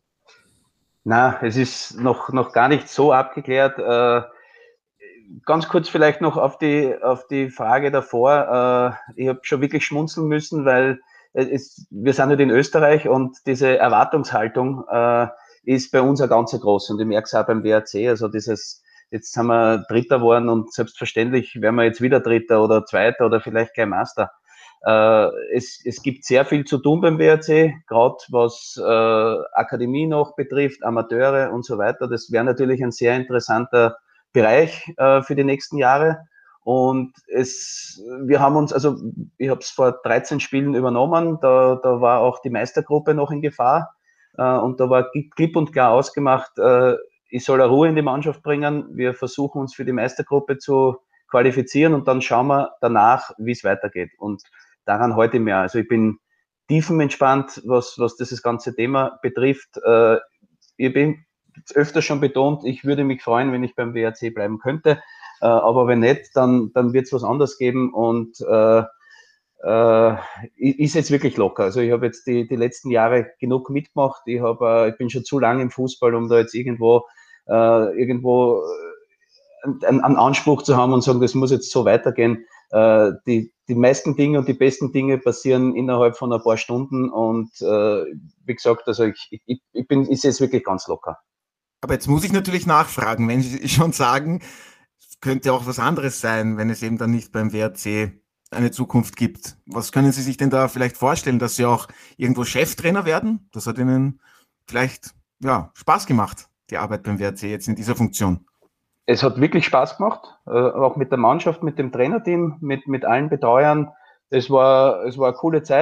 Na, es ist noch, noch gar nicht so abgeklärt. Äh, ganz kurz vielleicht noch auf die, auf die Frage davor. Äh, ich habe schon wirklich schmunzeln müssen, weil es, wir sind nicht in Österreich, und diese Erwartungshaltung äh, ist bei uns ja ganz groß. Und ich merke es auch beim W R C, also dieses, jetzt sind wir Dritter geworden, und selbstverständlich werden wir jetzt wieder Dritter oder Zweiter oder vielleicht gleich Meister. Äh, es, es gibt sehr viel zu tun beim W R C, gerade was äh, Akademie noch betrifft, Amateure und so weiter. Das wäre natürlich ein sehr interessanter Bereich äh, für die nächsten Jahre. Und es, wir haben uns, also ich habe es vor dreizehn Spielen übernommen, da, da war auch die Meistergruppe noch in Gefahr, äh, und da war klipp und klar ausgemacht, äh, ich soll eine Ruhe in die Mannschaft bringen. Wir versuchen uns für die Meistergruppe zu qualifizieren, und dann schauen wir danach, wie es weitergeht. Und daran heute mehr. Also ich bin tiefenentspannt, was, was dieses ganze Thema betrifft. Äh, ich bin öfter schon betont, ich würde mich freuen, wenn ich beim W R C bleiben könnte. Äh, aber wenn nicht, dann, dann wird es was anderes geben, und äh, äh, ist jetzt wirklich locker. Also ich habe jetzt die, die letzten Jahre genug mitgemacht. Ich, hab, äh, ich bin schon zu lange im Fußball, um da jetzt irgendwo, äh, irgendwo einen, einen Anspruch zu haben und sagen, das muss jetzt so weitergehen. Äh, die, die meisten Dinge und die besten Dinge passieren innerhalb von ein paar Stunden, und äh, wie gesagt, also ich, ich, ich bin, ist jetzt wirklich ganz locker. Aber jetzt muss ich natürlich nachfragen, wenn Sie schon sagen, es könnte auch was anderes sein, wenn es eben dann nicht beim W R C eine Zukunft gibt. Was können Sie sich denn da vielleicht vorstellen, dass Sie auch irgendwo Cheftrainer werden? Das hat Ihnen vielleicht ja, Spaß gemacht, die Arbeit beim W R C jetzt in dieser Funktion. Es hat wirklich Spaß gemacht, äh, auch mit der Mannschaft, mit dem Trainerteam, mit, mit allen Betreuern. Es war, es war eine coole Zeit.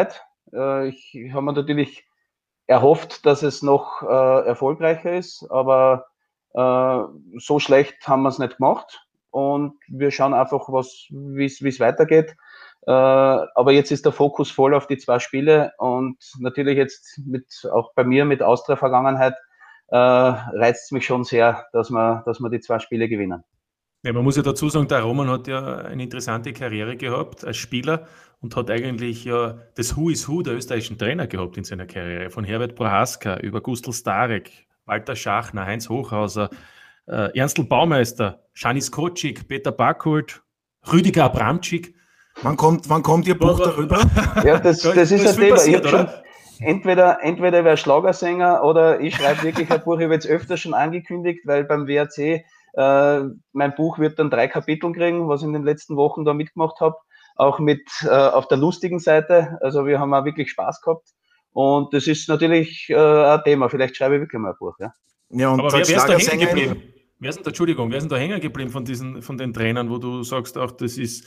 Äh, ich ich habe mir natürlich erhofft, dass es noch äh, erfolgreicher ist, aber äh, so schlecht haben wir es nicht gemacht und wir schauen einfach, was, wie es weitergeht. Äh, aber jetzt ist der Fokus voll auf die zwei Spiele und natürlich jetzt mit, auch bei mir mit Austria-Vergangenheit, äh, reizt es mich schon sehr, dass wir, dass wir die zwei Spiele gewinnen. Ja, man muss ja dazu sagen, der Roman hat ja eine interessante Karriere gehabt als Spieler und hat eigentlich ja das Who is Who der österreichischen Trainer gehabt in seiner Karriere. Von Herbert Prohaska über Gustl Starek, Walter Schachner, Heinz Hochhauser, äh, Ernstl Baumeister, Janis Kocik, Peter Backholt, Rüdiger Abramczyk. Wann kommt, wann kommt Ihr Buch darüber? Ja, das, Da- das da ist ist ein viel Thema. passiert, Ich hab schon, oder? entweder, entweder wer Schlagersänger oder ich schreibe wirklich ein Buch. Ich habe jetzt öfter schon angekündigt, weil beim W R C äh, mein Buch wird dann drei Kapitel kriegen, was ich in den letzten Wochen da mitgemacht habe. Auch mit äh, auf der lustigen Seite. Also wir haben auch wirklich Spaß gehabt. Und das ist natürlich äh, ein Thema. Vielleicht schreibe ich wirklich mal ein Buch. Ja. Ja, und Aber wer, als wer ist da hängen Schlagersänger, geblieben? Wer ist denn da, Entschuldigung, wer ist denn da hängen geblieben von diesen, von den Trainern, wo du sagst, auch das ist,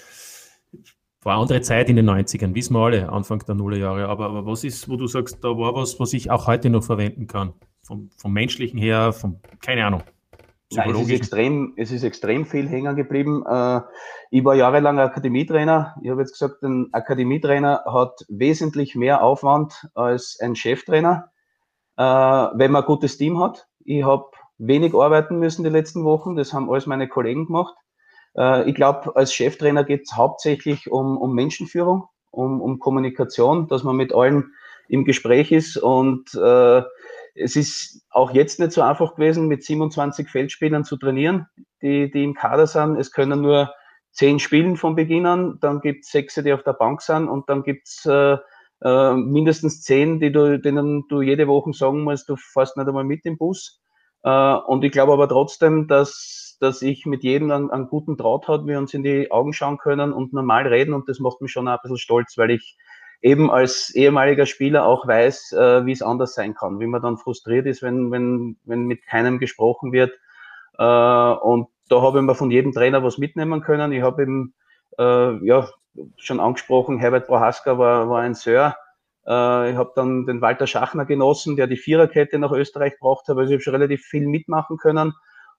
war eine andere Zeit in den neunzigern, wissen wir alle, Anfang der Nullerjahre, aber, aber was ist, wo du sagst, da war was, was ich auch heute noch verwenden kann? Vom, vom menschlichen her, vom, keine Ahnung. Nein, es ist extrem, es ist extrem viel hängen geblieben. Äh, ich war jahrelang Akademietrainer. Ich habe jetzt gesagt, ein Akademietrainer hat wesentlich mehr Aufwand als ein Cheftrainer, äh, wenn man ein gutes Team hat. Ich habe wenig arbeiten müssen die letzten Wochen. Das haben alles meine Kollegen gemacht. Äh, ich glaube, als Cheftrainer geht es hauptsächlich um, um Menschenführung, um, um Kommunikation, dass man mit allen im Gespräch ist und äh, es ist auch jetzt nicht so einfach gewesen, mit siebenundzwanzig Feldspielern zu trainieren, die, die im Kader sind. Es können nur zehn spielen von Beginn an, dann gibt es sechs, die auf der Bank sind und dann gibt es äh, äh, mindestens zehn, die du, denen du jede Woche sagen musst, du fährst nicht einmal mit im Bus. Äh, und ich glaube aber trotzdem, dass, dass ich mit jedem einen, einen guten Draht habe, wir uns in die Augen schauen können und normal reden und das macht mich schon ein bisschen stolz, weil ich eben als ehemaliger Spieler auch weiß, äh, wie es anders sein kann, wie man dann frustriert ist, wenn, wenn, wenn mit keinem gesprochen wird. Äh, und da habe ich mir von jedem Trainer was mitnehmen können. Ich habe eben, äh, ja, schon angesprochen, Herbert Prohaska war, war ein Sir. Äh, ich habe dann den Walter Schachner genossen, der die Viererkette nach Österreich gebracht hat. Also ich habe schon relativ viel mitmachen können.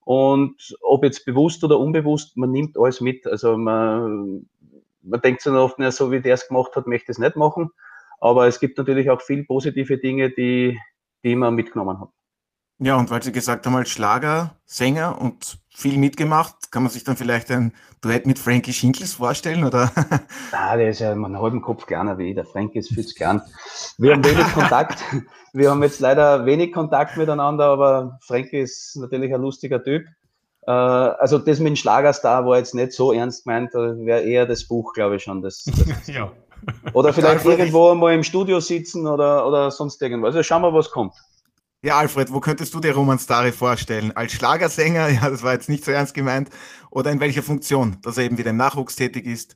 Und ob jetzt bewusst oder unbewusst, man nimmt alles mit. Also man, man denkt so oft, na, so wie der es gemacht hat, möchte ich es nicht machen. Aber es gibt natürlich auch viel positive Dinge, die, die man mitgenommen hat. Ja, und weil Sie gesagt haben, als Schlagersänger und viel mitgemacht, kann man sich dann vielleicht ein Duett mit Frankie Schinkels vorstellen, oder? Ah, der ist ja einen halben Kopf kleiner wie ich. Der Frankie ist viel zu klein. Wir haben wenig Kontakt. Wir haben jetzt leider wenig Kontakt miteinander, aber Frankie ist natürlich ein lustiger Typ. Also das mit dem Schlagerstar war jetzt nicht so ernst gemeint, da wäre eher das Buch, glaube ich schon. Das, das Ja. Oder vielleicht irgendwo mal im Studio sitzen oder, oder sonst irgendwas. Also schauen wir, was kommt. Ja, Alfred, wo könntest du dir Roman Stary vorstellen? Als Schlagersänger, ja, das war jetzt nicht so ernst gemeint, oder in welcher Funktion, dass er eben wieder im Nachwuchs tätig ist?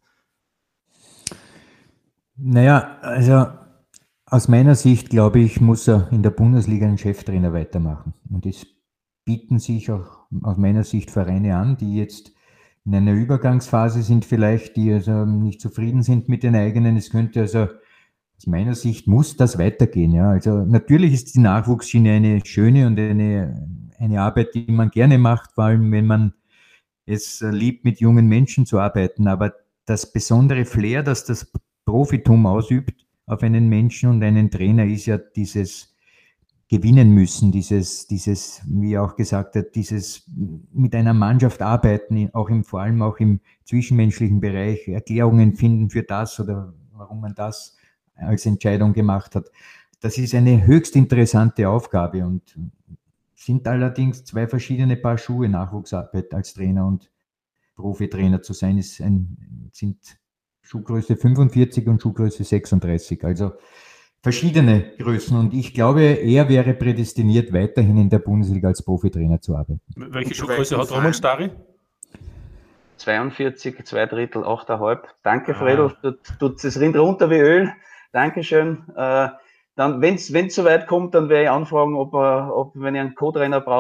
Naja, also aus meiner Sicht, glaube ich, muss er in der Bundesliga einen Cheftrainer weitermachen. Und es bieten sich auch aus meiner Sicht Vereine an, die jetzt in einer Übergangsphase sind vielleicht, die also nicht zufrieden sind mit den eigenen. Es könnte also, aus meiner Sicht muss das weitergehen. Ja. Also natürlich ist die Nachwuchsschiene eine schöne und eine, eine Arbeit, die man gerne macht, vor allem wenn man es liebt, mit jungen Menschen zu arbeiten. Aber das besondere Flair, das das Profitum ausübt auf einen Menschen und einen Trainer, ist ja dieses gewinnen müssen, dieses, dieses, wie er auch gesagt hat, dieses mit einer Mannschaft arbeiten, auch im, vor allem auch im zwischenmenschlichen Bereich, Erklärungen finden für das oder warum man das als Entscheidung gemacht hat. Das ist eine höchst interessante Aufgabe und sind allerdings zwei verschiedene Paar Schuhe, Nachwuchsarbeit als Trainer und Profitrainer zu sein, ist ein, sind Schuhgröße fünfundvierzig und Schuhgröße sechsunddreißig, also verschiedene Größen und ich glaube, er wäre prädestiniert, weiterhin in der Bundesliga als Profitrainer zu arbeiten. Welche Schuhgröße hat Roman Stary? zweiundvierzig, zwei Drittel, achteinhalb. Danke, ah. Fredel, tut, tut das Rind runter wie Öl. Dankeschön. Äh, dann, wenn es soweit kommt, dann werde ich anfragen, ob, er, ob wenn ich einen Co-Trainer brauche,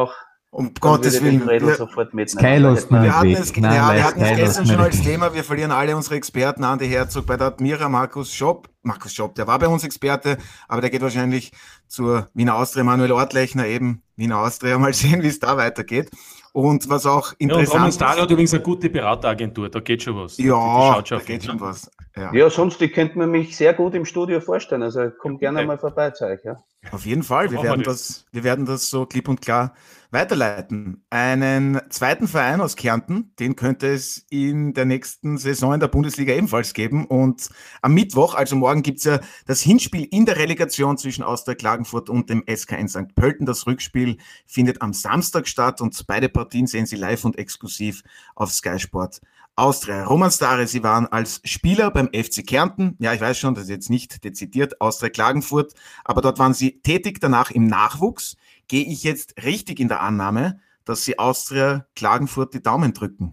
Um Gottes Willen. Wir, sofort Sky lost man wir nicht hatten es, weg. Nein, ja, wir nein, hatten es Sky gestern lost schon man als nicht weg. Thema, wir verlieren alle unsere Experten, Andi Herzog bei der Admira, Markus Schopp, Markus Schopp, der war bei uns Experte, aber der geht wahrscheinlich zur Wiener Austria, Manuel Ortlechner eben, Wiener Austria, mal sehen, wie es da weitergeht. Und was auch interessant ja, und Roman ist... Starr hat übrigens eine gute Berateragentur, da geht schon was. Ja, da geht schon was. Ja. ja, sonst, ich könnte mir mich sehr gut im Studio vorstellen, also kommt gerne okay. mal vorbei zu euch. Ja. Auf jeden Fall, wir werden, das, wir werden das so klipp und klar weiterleiten. Einen zweiten Verein aus Kärnten, den könnte es in der nächsten Saison in der Bundesliga ebenfalls geben. Und am Mittwoch, also morgen, gibt es ja das Hinspiel in der Relegation zwischen Austria Klagenfurt und dem S K N Sankt Pölten. Das Rückspiel findet am Samstag statt und beide Partien sehen Sie live und exklusiv auf Sky Sport Austria. Roman Starre, Sie waren als Spieler beim F C Kärnten. Ja, ich weiß schon, das ist jetzt nicht dezidiert Austria Klagenfurt, aber dort waren Sie tätig, danach im Nachwuchs. Gehe ich jetzt richtig in der Annahme, dass Sie Austria Klagenfurt die Daumen drücken?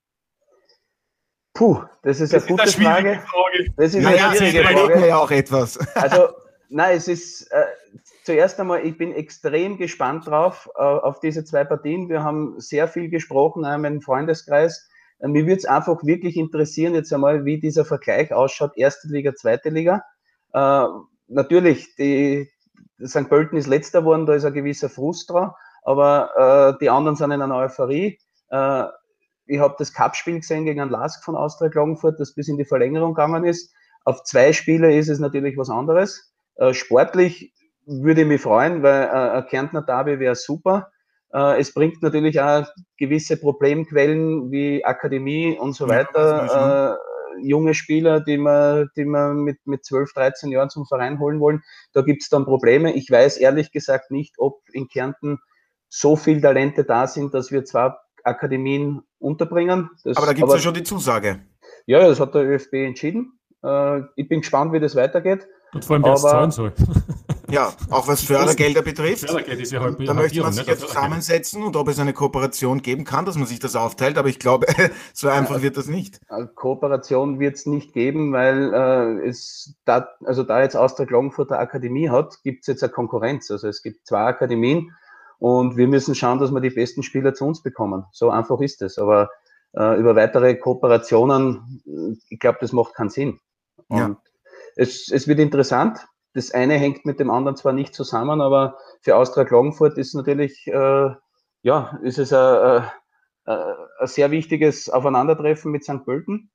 Puh, das ist das eine ist gute eine Frage. Frage. Das ist naja, eine schwierige Frage. Frage. Ja auch etwas. Also, nein, es ist äh, zuerst einmal, ich bin extrem gespannt drauf, äh, auf diese zwei Partien. Wir haben sehr viel gesprochen, auch in meinem Freundeskreis. Äh, mir würde es einfach wirklich interessieren, jetzt einmal, wie dieser Vergleich ausschaut, erste Liga, zweite Liga. Äh, natürlich, die Sankt Pölten ist letzter geworden, da ist ein gewisser Frust dran, aber äh, die anderen sind in einer Euphorie. Äh, ich habe das Cup-Spiel gesehen gegen einen Lask von Austria Klagenfurt, das bis in die Verlängerung gegangen ist. Auf zwei Spiele ist es natürlich was anderes. Äh, sportlich würde ich mich freuen, weil äh, ein Kärntner Derby wäre super. Äh, es bringt natürlich auch gewisse Problemquellen wie Akademie und so weiter. Äh, junge Spieler, die wir, die wir mit, mit zwölf, dreizehn Jahren zum Verein holen wollen. Da gibt es dann Probleme. Ich weiß ehrlich gesagt nicht, ob in Kärnten so viele Talente da sind, dass wir zwar Akademien unterbringen. Das, aber da gibt es ja schon die Zusage. Ja, das hat der ÖFB entschieden. Äh, ich bin gespannt, wie das weitergeht. Und vor allem, wer es zahlen soll. Ja, auch was Fördergelder betrifft. Fördergeld ist ja halb, da möchte man sich ja zusammensetzen und ob es eine Kooperation geben kann, dass man sich das aufteilt, aber ich glaube, so einfach ja, wird das nicht. Kooperation wird es nicht geben, weil äh, es da, also da jetzt Austria Klagenfurt eine Akademie hat, gibt es jetzt eine Konkurrenz. Also es gibt zwei Akademien und wir müssen schauen, dass wir die besten Spieler zu uns bekommen. So einfach ist es. Aber äh, über weitere Kooperationen, ich glaube, das macht keinen Sinn. Und ja. es, es wird interessant. Das eine hängt mit dem anderen zwar nicht zusammen, aber für Austria Klagenfurt ist natürlich, äh, ja, ist es ein, ein, ein sehr wichtiges Aufeinandertreffen mit Sankt Pölten.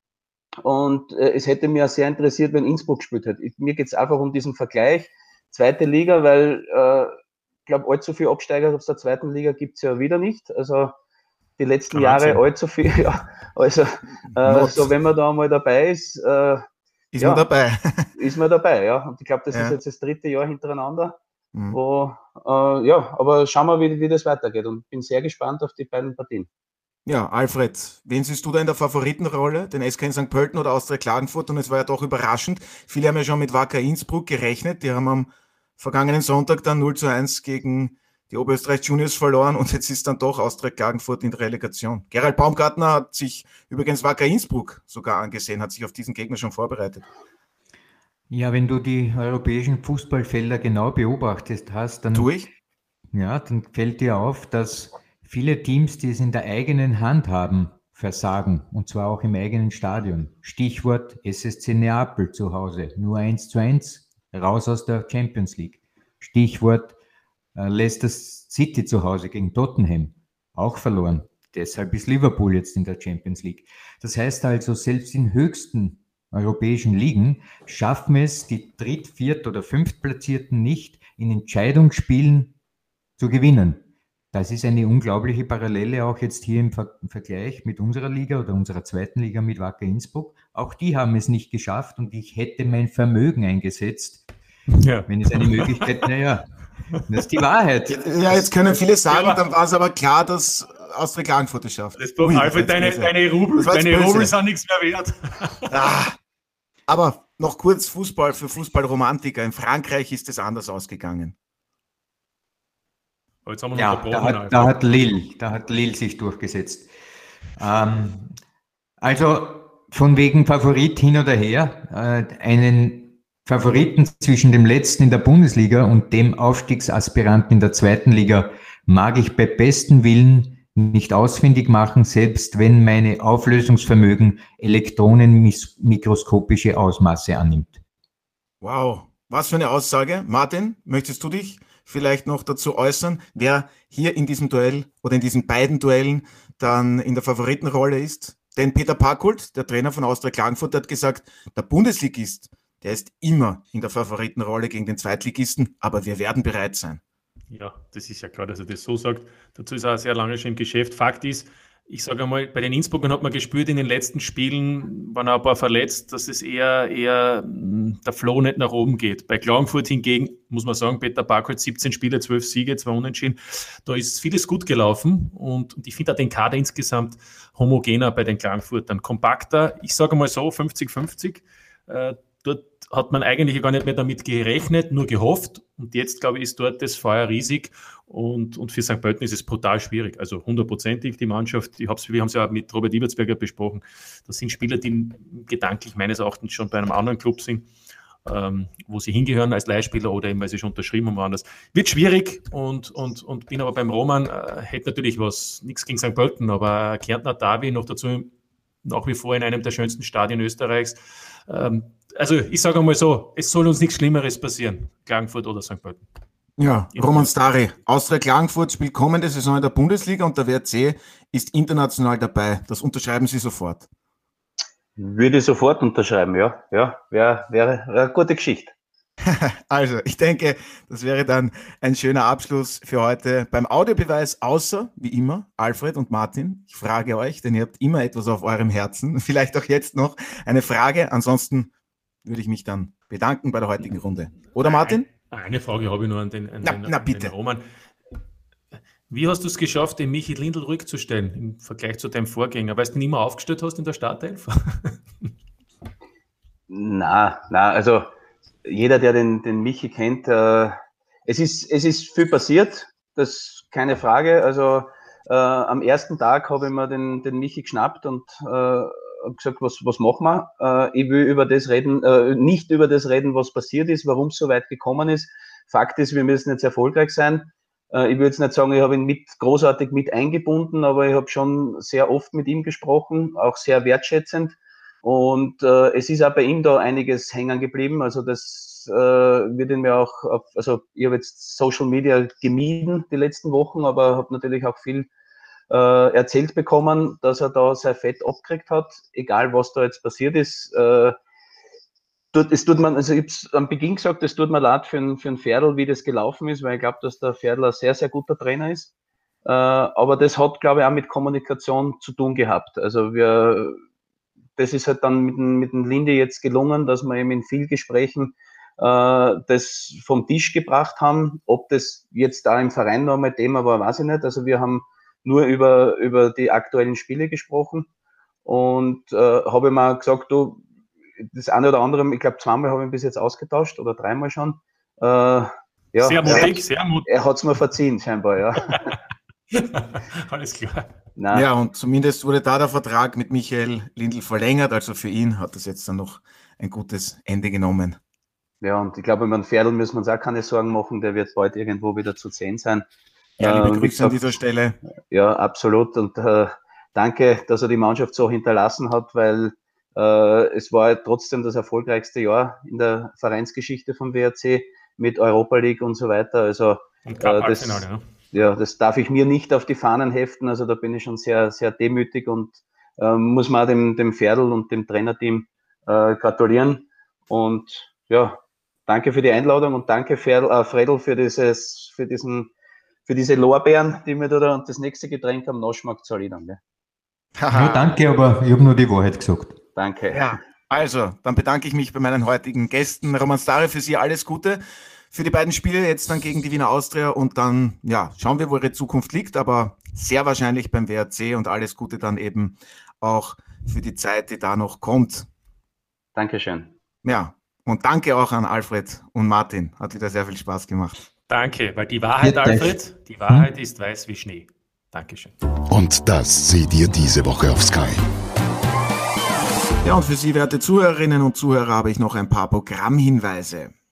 Und äh, es hätte mich auch sehr interessiert, wenn Innsbruck gespielt hätte. Ich, mir geht es einfach um diesen Vergleich. Zweite Liga, weil äh, ich glaube, allzu viele Absteiger aus der zweiten Liga gibt es ja wieder nicht. Also die letzten Jahre allzu viel. Ja, also äh, so wenn man da mal dabei ist, äh, Ist ja, man dabei. ist man dabei, ja. Und ich glaube, das ja. ist jetzt das dritte Jahr hintereinander. Mhm. Wo, äh, ja, aber schauen wir, wie, wie das weitergeht. Und bin sehr gespannt auf die beiden Partien. Ja, Alfred, wen siehst du da in der Favoritenrolle? Den S K N Sankt Pölten oder Austria Klagenfurt? Und es war ja doch überraschend. Viele haben ja schon mit Wacker Innsbruck gerechnet. Die haben am vergangenen Sonntag dann null zu eins gegen die Oberösterreich Juniors verloren und jetzt ist dann doch Austria Klagenfurt in der Relegation. Gerald Baumgartner hat sich übrigens Wacker Innsbruck sogar angesehen, hat sich auf diesen Gegner schon vorbereitet. Ja, wenn du die europäischen Fußballfelder genau beobachtet hast, dann, tu ich? Ja, dann fällt dir auf, dass viele Teams, die es in der eigenen Hand haben, versagen. Und zwar auch im eigenen Stadion. Stichwort S S C Neapel zu Hause. Nur eins zu eins, raus aus der Champions League. Stichwort äh, Leicester City zu Hause gegen Tottenham. Auch verloren. Deshalb ist Liverpool jetzt in der Champions League. Das heißt also, selbst in höchsten europäischen Ligen schaffen es die Dritt-, Viert- oder Fünftplatzierten nicht, in Entscheidungsspielen zu gewinnen. Das ist eine unglaubliche Parallele auch jetzt hier im, Ver- im Vergleich mit unserer Liga oder unserer zweiten Liga mit Wacker Innsbruck. Auch die haben es nicht geschafft und ich hätte mein Vermögen eingesetzt, ja. wenn es eine Möglichkeit, naja, das ist die Wahrheit. Ja, jetzt können viele sagen, ja, dann war es aber klar, dass Austria Klagenfurt es schafft. Das Ui, Alfred, deine, deine Rubel, deine Rubel sind nichts mehr wert. Ah, aber noch kurz Fußball für Fußballromantiker. In Frankreich ist es anders ausgegangen. Jetzt haben wir ja, noch da hat, da hat Lille, da hat Lille sich durchgesetzt. Ähm, also von wegen Favorit hin oder her, äh, einen Favoriten zwischen dem letzten in der Bundesliga und dem Aufstiegsaspiranten in der zweiten Liga mag ich bei bestem Willen nicht ausfindig machen, selbst wenn meine Auflösungsvermögen elektronenmikroskopische Ausmaße annimmt. Wow, was für eine Aussage. Martin, möchtest du dich vielleicht noch dazu äußern, wer hier in diesem Duell oder in diesen beiden Duellen dann in der Favoritenrolle ist? Denn Peter Packhult, der Trainer von Austria Klagenfurt, hat gesagt, der Bundesligist, der ist immer in der Favoritenrolle gegen den Zweitligisten, aber wir werden bereit sein. Ja, das ist ja klar, dass er das so sagt. Dazu ist er auch sehr lange schon im Geschäft. Fakt ist, ich sage einmal, bei den Innsbruckern hat man gespürt, in den letzten Spielen waren auch ein paar verletzt, dass es eher, eher der Flow nicht nach oben geht. Bei Klagenfurt hingegen, muss man sagen, Peter Packhult, siebzehn Spiele, zwölf Siege, zwei Unentschieden. Da ist vieles gut gelaufen und, und ich finde auch den Kader insgesamt homogener bei den Klagenfurtern. Kompakter, ich sage mal so, fünfzig fünfzig. Äh, dort hat man eigentlich gar nicht mehr damit gerechnet, nur gehofft. Und jetzt, glaube ich, ist dort das Feuer riesig. Und, und für Sankt Pölten ist es brutal schwierig. Also hundertprozentig die Mannschaft. Ich hab's, wir haben es ja mit Robert Ibertsberger besprochen. Das sind Spieler, die gedanklich meines Erachtens schon bei einem anderen Club sind, ähm, wo sie hingehören als Leihspieler oder eben, weil sie schon unterschrieben haben woanders. Wird schwierig und, und, und bin aber beim Roman, äh, hätte natürlich was, nichts gegen Sankt Pölten, aber Kärntner Derby noch dazu nach wie vor in einem der schönsten Stadien Österreichs. Ähm, also ich sage einmal so, es soll uns nichts Schlimmeres passieren, Klagenfurt oder Sankt Pölten. Ja, Roman Stary, Austria Klagenfurt spielt kommende Saison in der Bundesliga und der W R C ist international dabei. Das unterschreiben Sie sofort. Würde ich sofort unterschreiben, ja. Ja, wäre wär, wär eine gute Geschichte. Also, ich denke, das wäre dann ein schöner Abschluss für heute beim Audiobeweis, außer, wie immer, Alfred und Martin. Ich frage euch, denn ihr habt immer etwas auf eurem Herzen. Vielleicht auch jetzt noch eine Frage. Ansonsten würde ich mich dann bedanken bei der heutigen Runde. Oder Martin? Eine Frage habe ich nur an den, an na, den, na, an bitte. den Roman. Wie hast du es geschafft, den Michi Lindl ruhig zu stellen im Vergleich zu deinem Vorgänger? Weil du ihn immer aufgestellt hast in der Startelf? Na, na, also jeder, der den, den Michi kennt, äh, es ist, es ist viel passiert, das ist keine Frage. Also äh, am ersten Tag habe ich mir den, den Michi geschnappt und äh, gesagt, was, was machen wir? Äh, ich will über das reden, äh, nicht über das reden, was passiert ist, warum es so weit gekommen ist. Fakt ist, wir müssen jetzt erfolgreich sein. Äh, ich würde jetzt nicht sagen, ich habe ihn mit, großartig mit eingebunden, aber ich habe schon sehr oft mit ihm gesprochen, auch sehr wertschätzend. Und äh, es ist auch bei ihm da einiges hängen geblieben. Also das äh, wird ihn mir auch, auf, also ich habe jetzt Social Media gemieden die letzten Wochen, aber habe natürlich auch viel äh, erzählt bekommen, dass er da sein Fett abgekriegt hat, egal was da jetzt passiert ist. Äh, tut, es tut man, also ich habe es am Beginn gesagt, es tut mir leid für einen für einen Ferdl, wie das gelaufen ist, weil ich glaube, dass der Ferdl ein sehr, sehr guter Trainer ist. Äh, aber das hat, glaube ich, auch mit Kommunikation zu tun gehabt. Also wir, das ist halt dann mit dem, mit dem Linde jetzt gelungen, dass wir eben in vielen Gesprächen äh, das vom Tisch gebracht haben. Ob das jetzt da im Verein noch mal Thema war, weiß ich nicht. Also wir haben nur über, über die aktuellen Spiele gesprochen und äh, habe mal gesagt, du, das eine oder andere, ich glaube zweimal habe ich ihn bis jetzt ausgetauscht oder dreimal schon. Äh, ja, sehr mutig, sehr mutig. Er hat es mir verziehen, scheinbar, ja. Alles klar. Nein. Ja, und zumindest wurde da der Vertrag mit Michael Lindl verlängert, also für ihn hat das jetzt dann noch ein gutes Ende genommen. Ja, und ich glaube, über den Ferdl müssen wir uns auch keine Sorgen machen, der wird bald irgendwo wieder zu sehen sein. Ja, liebe Grüße äh, an dieser Stelle. Ja, absolut. Und äh, danke, dass er die Mannschaft so hinterlassen hat, weil äh, es war trotzdem das erfolgreichste Jahr in der Vereinsgeschichte vom W R C mit Europa League und so weiter. Also und äh, das, ja. ja, das darf ich mir nicht auf die Fahnen heften. Also da bin ich schon sehr, sehr demütig und äh, muss man auch dem, dem Ferdl und dem Trainerteam äh, gratulieren. Und ja, danke für die Einladung und danke Ferdl, äh, Fredl für dieses, für diesen für diese Lorbeeren, die mir da und das nächste Getränk am Naschmarkt zahle ich dann. Ne? Ja, danke, aber ich habe nur die Wahrheit gesagt. Danke. Ja, also, dann bedanke ich mich bei meinen heutigen Gästen. Roman Stary, für Sie alles Gute für die beiden Spiele, jetzt dann gegen die Wiener Austria und dann, ja, schauen wir, wo Ihre Zukunft liegt, aber sehr wahrscheinlich beim W R C und alles Gute dann eben auch für die Zeit, die da noch kommt. Dankeschön. Ja, und danke auch an Alfred und Martin. Hat wieder sehr viel Spaß gemacht. Danke, weil die Wahrheit, Alfred, die Wahrheit ist weiß wie Schnee. Dankeschön. Und das seht ihr diese Woche auf Sky. Ja, und für Sie, werte Zuhörerinnen und Zuhörer, habe ich noch ein paar Programmhinweise.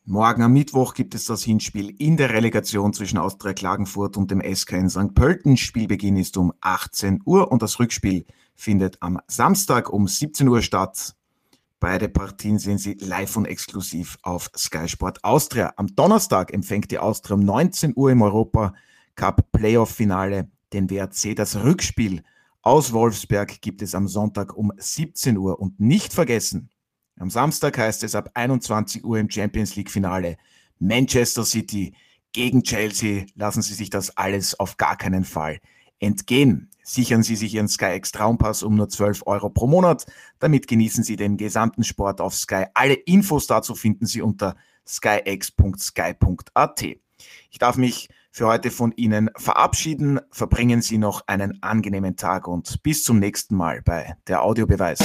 Morgen am Mittwoch gibt es das Hinspiel in der Relegation zwischen Austria Klagenfurt und dem S K in Sankt Pölten. Spielbeginn ist um achtzehn Uhr und das Rückspiel findet am Samstag um siebzehn Uhr statt. Beide Partien sehen Sie live und exklusiv auf Sky Sport Austria. Am Donnerstag empfängt die Austria um neunzehn Uhr im Europacup Playoff-Finale den W R C. Das Rückspiel aus Wolfsberg gibt es am Sonntag um siebzehn Uhr. Und nicht vergessen, am Samstag heißt es ab einundzwanzig Uhr im Champions League Finale Manchester City gegen Chelsea. Lassen Sie sich das alles auf gar keinen Fall entgehen. Sichern Sie sich Ihren Sky X Traumpass um nur zwölf Euro pro Monat. Damit genießen Sie den gesamten Sport auf Sky. Alle Infos dazu finden Sie unter skyx punkt sky punkt a t. Ich darf mich für heute von Ihnen verabschieden. Verbringen Sie noch einen angenehmen Tag und bis zum nächsten Mal bei der Audiobeweis.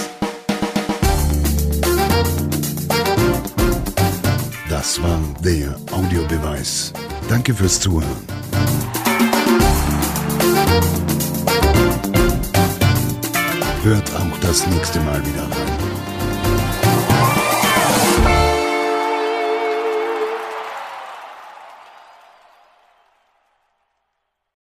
Das war der Audiobeweis. Danke fürs Zuhören. Hört auch das nächste Mal wieder rein.